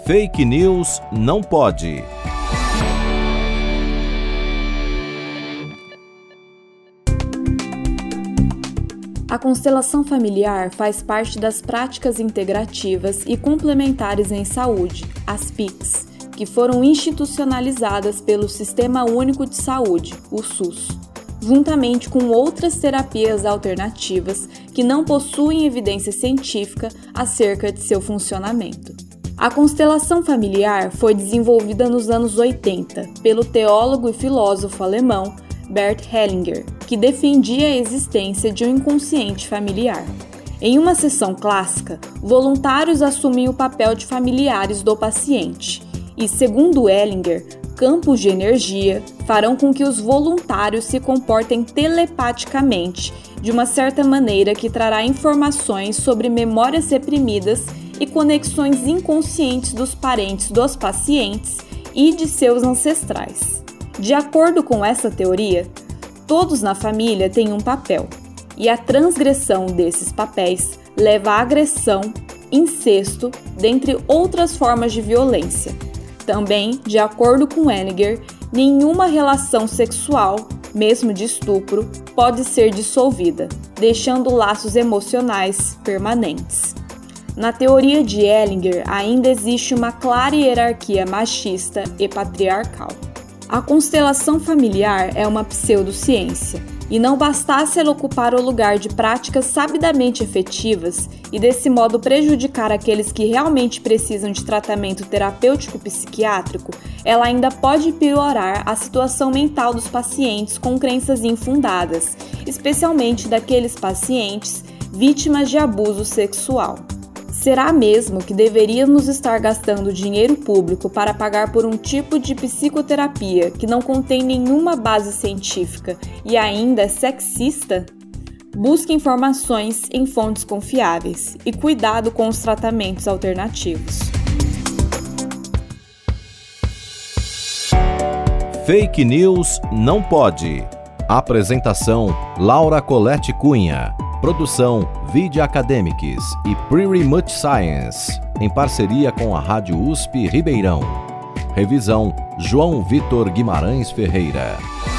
Fake News não pode. A constelação familiar faz parte das práticas integrativas e complementares em saúde, as PICs, que foram institucionalizadas pelo Sistema Único de Saúde, o SUS, juntamente com outras terapias alternativas que não possuem evidência científica acerca de seu funcionamento. A constelação familiar foi desenvolvida nos anos 80 pelo teólogo e filósofo alemão Bert Hellinger, que defendia a existência de um inconsciente familiar. Em uma sessão clássica, voluntários assumem o papel de familiares do paciente e, segundo Hellinger, campos de energia farão com que os voluntários se comportem telepaticamente, de uma certa maneira que trará informações sobre memórias reprimidas e conexões inconscientes dos parentes dos pacientes e de seus ancestrais. De acordo com essa teoria, todos na família têm um papel, e a transgressão desses papéis leva à agressão, incesto, dentre outras formas de violência. Também, de acordo com Hellinger, nenhuma relação sexual, mesmo de estupro, pode ser dissolvida, deixando laços emocionais permanentes. Na teoria de Hellinger, ainda existe uma clara hierarquia machista e patriarcal. A constelação familiar é uma pseudociência, e não bastasse ela ocupar o lugar de práticas sabidamente efetivas e desse modo prejudicar aqueles que realmente precisam de tratamento terapêutico psiquiátrico, ela ainda pode piorar a situação mental dos pacientes com crenças infundadas, especialmente daqueles pacientes vítimas de abuso sexual. Será mesmo que deveríamos estar gastando dinheiro público para pagar por um tipo de psicoterapia que não contém nenhuma base científica e ainda é sexista? Busque informações em fontes confiáveis e cuidado com os tratamentos alternativos. Fake News não pode. Apresentação: Laura Colette Cunha. Produção: Vide Academics e Pretty Much Science, em parceria com a Rádio USP Ribeirão. Revisão: João Vitor Guimarães Ferreira.